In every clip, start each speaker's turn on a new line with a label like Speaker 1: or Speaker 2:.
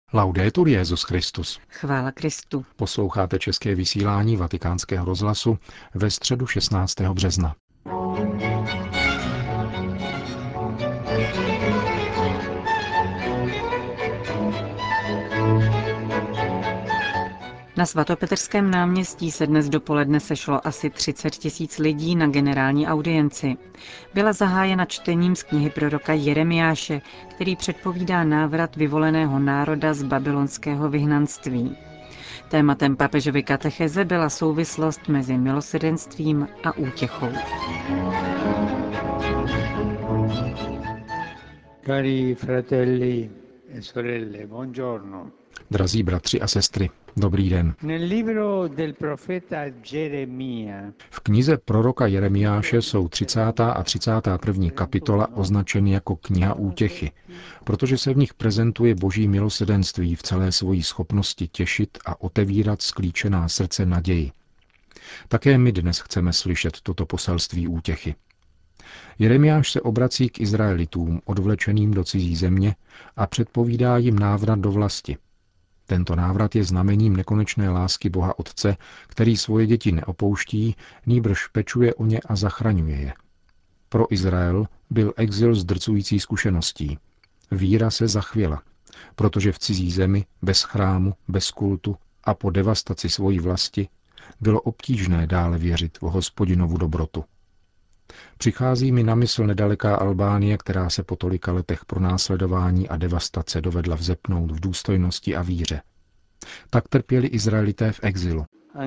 Speaker 1: Laudetur Jesus Christus.
Speaker 2: Chvála Kristu.
Speaker 1: Posloucháte české vysílání Vatikánského rozhlasu ve středu 16. března.
Speaker 2: Na svatopetrském náměstí se dnes dopoledne sešlo asi 30 000 lidí na generální audienci. Byla zahájena čtením z knihy proroka Jeremiáše, který předpovídá návrat vyvoleného národa z babylonského vyhnanství. Tématem papežovy katecheze byla souvislost mezi milosrdenstvím a útěchou.
Speaker 3: Cari fratelli e sorelle, buongiorno.
Speaker 1: Drazí bratři a sestry, dobrý den. V knize proroka Jeremiáše jsou 30. a 31. kapitola označeny jako kniha útěchy, protože se v nich prezentuje boží milosrdenství v celé svojí schopnosti těšit a otevírat sklíčená srdce naději. Také my dnes chceme slyšet toto poselství útěchy. Jeremiáš se obrací k Izraelitům odvlečeným do cizí země a předpovídá jim návrat do vlasti. Tento návrat je znamením nekonečné lásky Boha Otce, který svoje děti neopouští, nýbrž pečuje o ně a zachraňuje je. Pro Izrael byl exil zdrcující zkušeností. Víra se zachvěla, protože v cizí zemi, bez chrámu, bez kultu a po devastaci svojí vlasti bylo obtížné dále věřit v Hospodinovu dobrotu. Přichází mi na mysl nedaleká Albánie, která se po tolika letech pronásledování a devastace dovedla vzepnout v důstojnosti a víře. Tak trpěli Izraelité v exilu.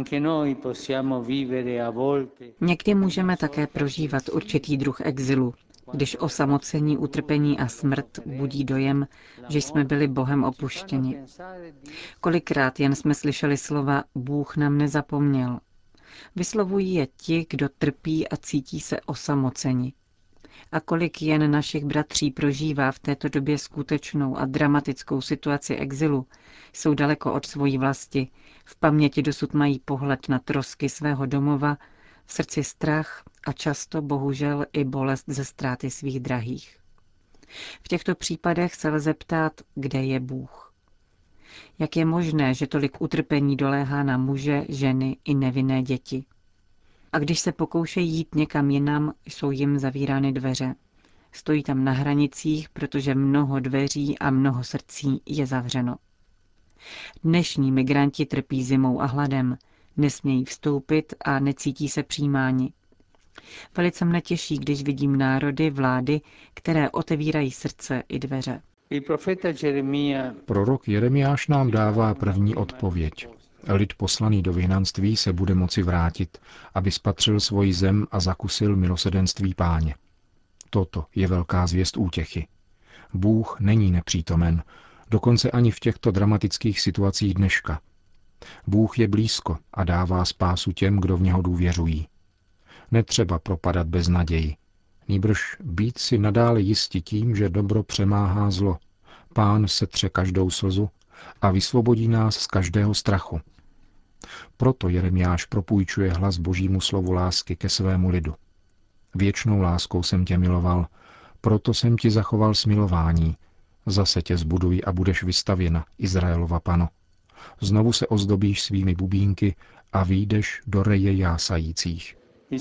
Speaker 2: Někdy můžeme také prožívat určitý druh exilu, když osamocení, utrpení a smrt budí dojem, že jsme byli Bohem opuštěni. Kolikrát jen jsme slyšeli slova Bůh nám nezapomněl. Vyslovují je ti, kdo trpí a cítí se osamoceni. A kolik jen našich bratří prožívá v této době skutečnou a dramatickou situaci exilu, jsou daleko od svojí vlasti, v paměti dosud mají pohled na trosky svého domova, v srdci strach a často bohužel i bolest ze ztráty svých drahých. V těchto případech se lze ptát, kde je Bůh. Jak je možné, že tolik utrpení doléhá na muže, ženy i nevinné děti? A když se pokoušejí jít někam jinam, jsou jim zavírány dveře. Stojí tam na hranicích, protože mnoho dveří a mnoho srdcí je zavřeno. Dnešní migranti trpí zimou a hladem, nesmějí vstoupit a necítí se přijímáni. Velice mne těší, když vidím národy, vlády, které otevírají srdce i dveře.
Speaker 1: Prorok Jeremiáš nám dává první odpověď. Lid poslaný do vyhnanství se bude moci vrátit, aby spatřil svoji zem a zakusil milosrdenství Páně. Toto je velká zvěst útěchy. Bůh není nepřítomen, dokonce ani v těchto dramatických situacích dneška. Bůh je blízko a dává spásu těm, kdo v něho důvěřují. Netřeba propadat bez naději, nýbrž být si nadále jisti tím, že dobro přemáhá zlo. Pán setře každou slzu a vysvobodí nás z každého strachu. Proto Jeremiáš propůjčuje hlas Božímu slovu lásky ke svému lidu. Věčnou láskou jsem tě miloval, proto jsem ti zachoval smilování. Zase tě zbuduj a budeš vystavěna, Izraelova pano. Znovu se ozdobíš svými bubínky a vyjdeš do reje jásajících.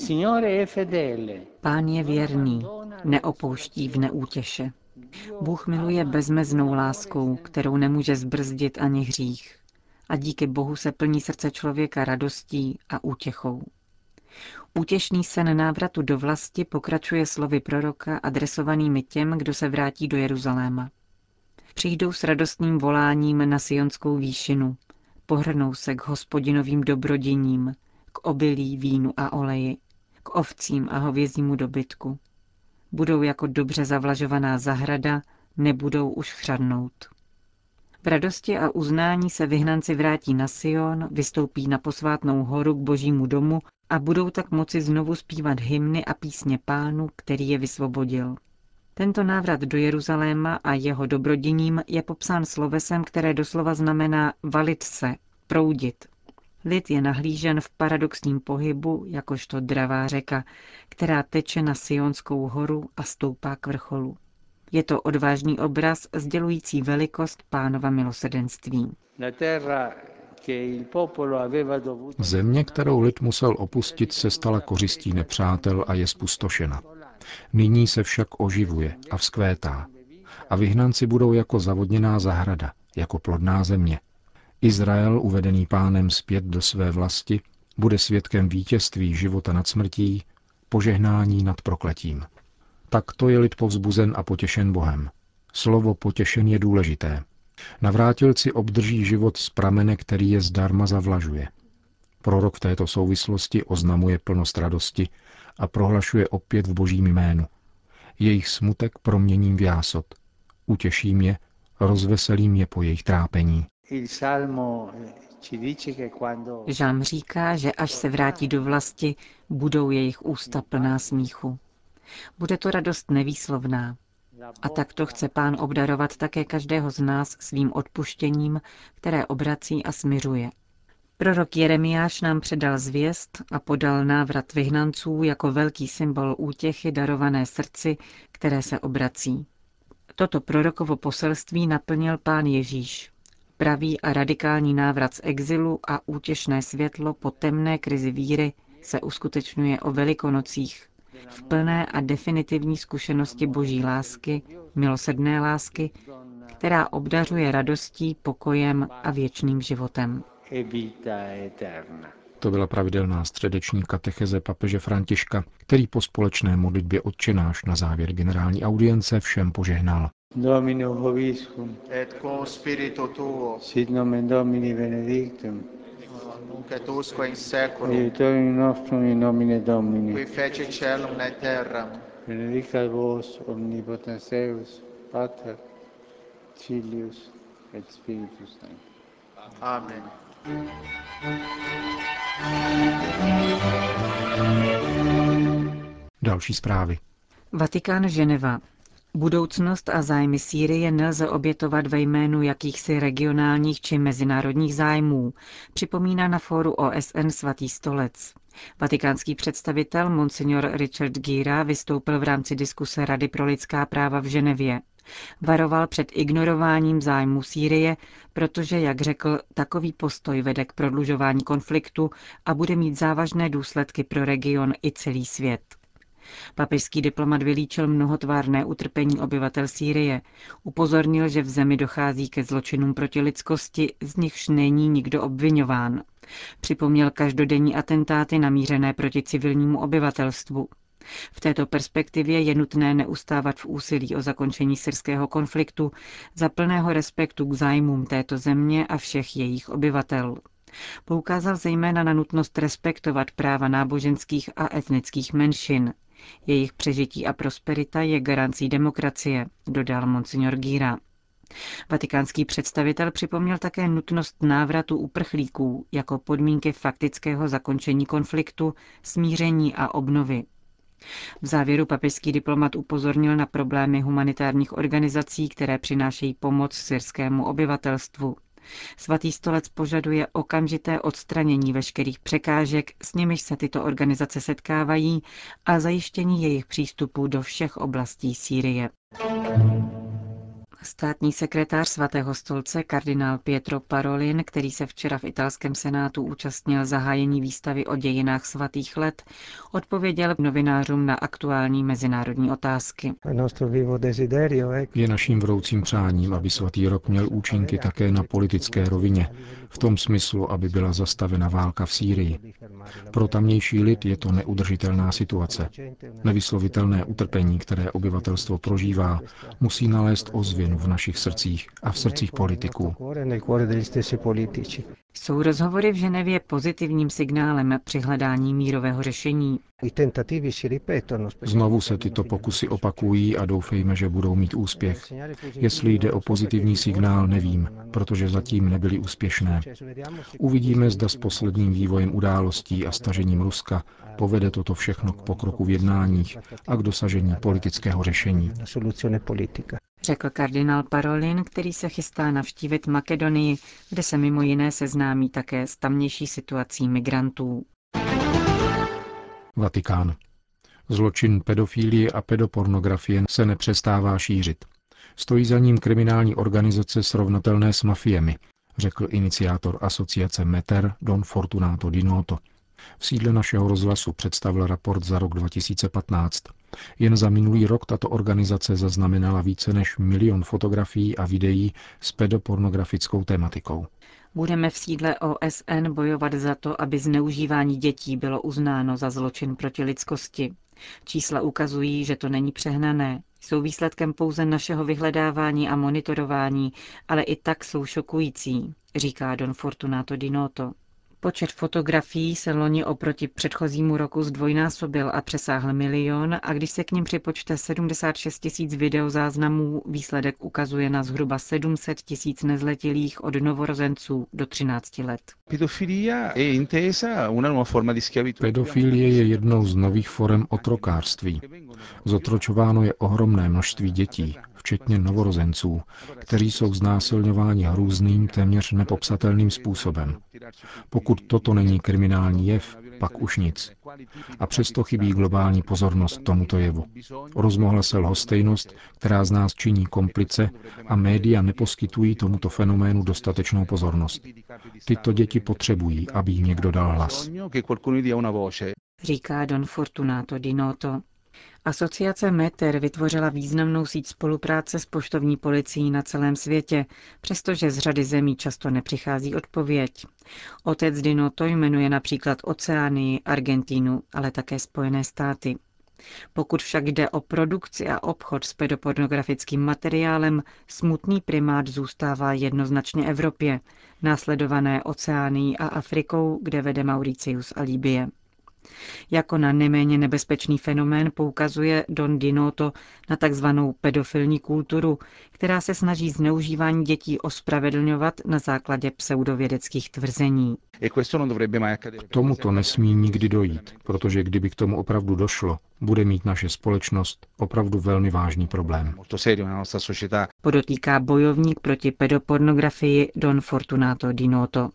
Speaker 2: Pán je věrný, neopouští v neútěše. Bůh miluje bezmeznou láskou, kterou nemůže zbrzdit ani hřích. A díky Bohu se plní srdce člověka radostí a útěchou. Útěšný sen návratu do vlasti pokračuje slovy proroka adresovanými těm, kdo se vrátí do Jeruzaléma. Přijdou s radostným voláním na Sionskou výšinu, pohrnou se k Hospodinovým dobroděním, k obilí, vínu a oleji, k ovcím a hovězímu dobytku. Budou jako dobře zavlažovaná zahrada, nebudou už chřadnout. V radosti a uznání se vyhnanci vrátí na Sion, vystoupí na posvátnou horu k Božímu domu a budou tak moci znovu zpívat hymny a písně Pánu, který je vysvobodil. Tento návrat do Jeruzaléma a jeho dobroděním je popsán slovesem, které doslova znamená valit se, proudit. Lid je nahlížen v paradoxním pohybu, jakožto dravá řeka, která teče na Sionskou horu a stoupá k vrcholu. Je to odvážný obraz sdělující velikost Pánova milosrdenství.
Speaker 1: Země, kterou lid musel opustit, se stala kořistí nepřátel a je zpustošena. Nyní se však oživuje a vzkvétá. A vyhnanci budou jako zavodněná zahrada, jako plodná země. Izrael, uvedený Pánem zpět do své vlasti, bude svědkem vítězství života nad smrtí, požehnání nad prokletím. Takto je lid povzbuzen a potěšen Bohem. Slovo potěšen je důležité. Navrátilci obdrží život z pramene, který je zdarma zavlažuje. Prorok v této souvislosti oznamuje plnost radosti a prohlašuje opět v Božím jménu. Jejich smutek proměním v jásot. Utěším je, rozveselím je po jejich trápení.
Speaker 2: Žalm říká, že až se vrátí do vlasti, budou jejich ústa plná smíchu. Bude to radost nevýslovná. A takto chce Pán obdarovat také každého z nás svým odpuštěním, které obrací a smiřuje. Prorok Jeremiáš nám předal zvěst a podal návrat vyhnanců jako velký symbol útěchy darované srdci, které se obrací. Toto prorokovo poselství naplnil Pán Ježíš. Pravý a radikální návrat z exilu a útěšné světlo po temné krizi víry se uskutečňuje o Velikonocích, v plné a definitivní zkušenosti Boží lásky, milosrdné lásky, která obdařuje radostí, pokojem a věčným životem.
Speaker 1: To byla pravidelná středeční katecheze papeže Františka, který po společné modlitbě Otčenáš na závěr generální audience všem požehnal.
Speaker 3: Domino vobiscum,
Speaker 4: et cum spiritu tuo,
Speaker 3: sit nomen Domini benedictum,
Speaker 4: nunc et usque in seculum,
Speaker 3: aiutorium nostrum in nomine Domini,
Speaker 4: qui feci celum et terram,
Speaker 3: benedicat vos omnipotens Deus, Pater, Filius et Spiritus Sanctus.
Speaker 4: Amen.
Speaker 1: Další zprávy.
Speaker 2: Vatikán, Ženeva. Budoucnost a zájmy Sýrie nelze obětovat ve jménu jakýchsi regionálních či mezinárodních zájmů, připomíná na fóru OSN Svatý stolec. Vatikánský představitel Monsignor Richard Gira vystoupil v rámci diskuse Rady pro lidská práva v Ženevě. Varoval před ignorováním zájmů Sýrie, protože, jak řekl, takový postoj vede k prodlužování konfliktu a bude mít závažné důsledky pro region i celý svět. Papežský diplomat vylíčil mnohotvárné utrpení obyvatel Sýrie. Upozornil, že v zemi dochází ke zločinům proti lidskosti, z nichž není nikdo obviňován. Připomněl každodenní atentáty namířené proti civilnímu obyvatelstvu. V této perspektivě je nutné neustávat v úsilí o zakončení syrského konfliktu za plného respektu k zájmům této země a všech jejich obyvatel. Poukázal zejména na nutnost respektovat práva náboženských a etnických menšin. Jejich přežití a prosperita je garancí demokracie, dodal monsignor Gira. Vatikánský představitel připomněl také nutnost návratu uprchlíků jako podmínky faktického zakončení konfliktu, smíření a obnovy. V závěru papežský diplomat upozornil na problémy humanitárních organizací, které přinášejí pomoc syrskému obyvatelstvu. Svatý stolec požaduje okamžité odstranění veškerých překážek, s nimiž se tyto organizace setkávají, a zajištění jejich přístupu do všech oblastí Sýrie. Státní sekretář Svatého stolce kardinál Pietro Parolin, který se včera v italském senátu účastnil zahájení výstavy o dějinách svatých let, odpověděl novinářům na aktuální mezinárodní otázky.
Speaker 1: Je naším vroucím přáním, aby svatý rok měl účinky také na politické rovině, v tom smyslu, aby byla zastavena válka v Sýrii. Pro tamnější lid je to neudržitelná situace. Nevyslovitelné utrpení, které obyvatelstvo prožívá, musí nalézt ozvěnu v našich srdcích a v srdcích politiků.
Speaker 2: Jsou rozhovory v Ženevě pozitivním signálem při hledání mírového řešení.
Speaker 1: Znovu se tyto pokusy opakují a doufejme, že budou mít úspěch. Jestli jde o pozitivní signál, nevím, protože zatím nebyly úspěšné. Uvidíme, zda s posledním vývojem událostí a stažením Ruska povede toto všechno k pokroku v jednáních a k dosažení politického řešení.
Speaker 2: Řekl kardinál Parolin, který se chystá navštívit Makedonii, kde se mimo jiné seznámí také s tamnější situací migrantů.
Speaker 1: Vatikán. Zločin pedofilie a pedopornografie se nepřestává šířit. Stojí za ním kriminální organizace srovnatelné s mafiemi, řekl iniciátor asociace Meter Don Fortunato Di Noto. V sídle našeho rozhlasu představil raport za rok 2015. Jen za minulý rok tato organizace zaznamenala více než 1 milion fotografií a videí s pedopornografickou tematikou.
Speaker 2: Budeme v sídle OSN bojovat za to, aby zneužívání dětí bylo uznáno za zločin proti lidskosti. Čísla ukazují, že to není přehnané. Jsou výsledkem pouze našeho vyhledávání a monitorování, ale i tak jsou šokující, říká Don Fortunato Di Noto. Počet fotografií se loni oproti předchozímu roku zdvojnásobil a přesáhl 1 milion a když se k nim připočte 76 000 videozáznamů, výsledek ukazuje na zhruba 700 000 nezletilých od novorozenců do 13 let.
Speaker 1: Pedofilie je jednou z nových forem otrokářství. Zotročováno je ohromné množství dětí, včetně novorozenců, kteří jsou znásilňováni hrůzným, téměř nepopsatelným způsobem. Pokud toto není kriminální jev, pak už nic. A přesto chybí globální pozornost tomuto jevu. Rozmohla se lhostejnost, která z nás činí komplice a média neposkytují tomuto fenoménu dostatečnou pozornost. Tyto děti potřebují, aby jim někdo dal hlas.
Speaker 2: Říká Don Fortunato Di Noto. Asociace Meter vytvořila významnou síť spolupráce s poštovní policií na celém světě, přestože z řady zemí často nepřichází odpověď. Otec Di Noto jmenuje například Oceánii, Argentínu, ale také Spojené státy. Pokud však jde o produkci a obchod s pedopornografickým materiálem, smutný primát zůstává jednoznačně Evropě, následované Oceánií a Afrikou, kde vede Mauricius a Libye. Jako na neméně nebezpečný fenomén poukazuje Don Di Noto na takzvanou pedofilní kulturu, která se snaží zneužívání dětí ospravedlňovat na základě pseudovědeckých tvrzení.
Speaker 1: K tomuto nesmí nikdy dojít, protože kdyby k tomu opravdu došlo, bude mít naše společnost opravdu velmi vážný problém.
Speaker 2: Podotýká bojovník proti pedopornografii Don Fortunato Di Noto.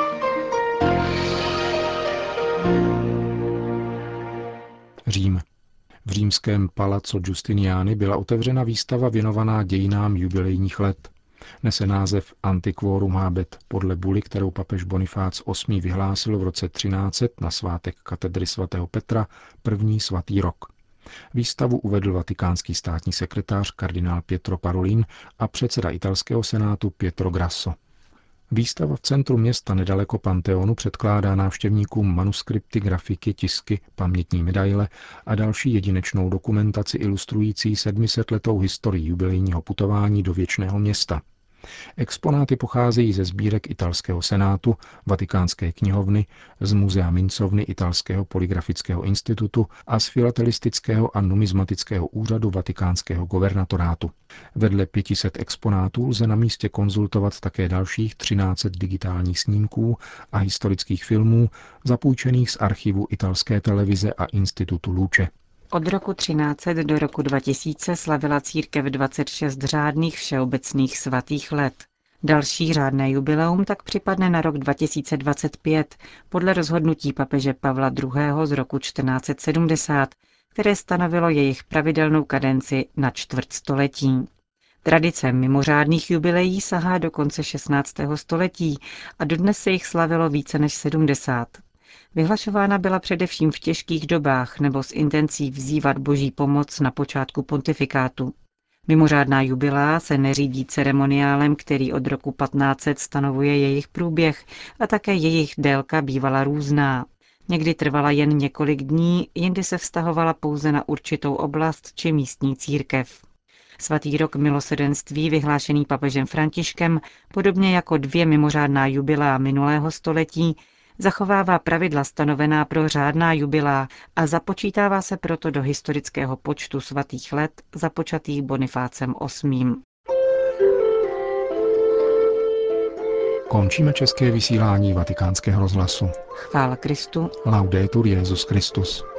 Speaker 1: Řím. V římském Palazzo Giustiniani byla otevřena výstava věnovaná dějinám jubilejních let. Nese název Antiquorum habet podle buly, kterou papež Bonifác VIII. Vyhlásil v roce 1300 na svátek katedry svatého Petra první svatý rok. Výstavu uvedl vatikánský státní sekretář kardinál Pietro Parolin a předseda italského senátu Pietro Grasso. Výstava v centru města nedaleko Panteonu předkládá návštěvníkům manuskripty, grafiky, tisky, pamětní medaile a další jedinečnou dokumentaci ilustrující 700letou historii jubilejního putování do věčného města. Exponáty pocházejí ze sbírek italského senátu, vatikánské knihovny, z muzea mincovny italského polygrafického institutu a z filatelistického a numizmatického úřadu vatikánského guvernatorátu. Vedle 500 exponátů lze na místě konzultovat také dalších 1300 digitálních snímků a historických filmů zapůjčených z archivu italské televize a institutu Luce.
Speaker 2: Od roku 1300 do roku 2000 slavila církev 26 řádných všeobecných svatých let. Další řádné jubileum tak připadne na rok 2025 podle rozhodnutí papeže Pavla II. Z roku 1470, které stanovilo jejich pravidelnou kadenci na čtvrtstoletí. Tradice mimořádných jubileí sahá do konce 16. století a dodnes se jich slavilo více než 70. Vyhlašována byla především v těžkých dobách nebo s intencí vzývat boží pomoc na počátku pontifikátu. Mimořádná jubilea se neřídí ceremoniálem, který od roku 1500 stanovuje jejich průběh a také jejich délka bývala různá. Někdy trvala jen několik dní, jindy se vztahovala pouze na určitou oblast či místní církev. Svatý rok milosedenství vyhlášený papežem Františkem, podobně jako 2 mimořádná jubilea minulého století, zachovává pravidla stanovená pro řádná jubilea a započítává se proto do historického počtu svatých let započatých Bonifácem VIII.
Speaker 1: Končíme české vysílání Vatikánského rozhlasu.
Speaker 2: Chvála Kristu.
Speaker 1: Laudetur Jesus Christus.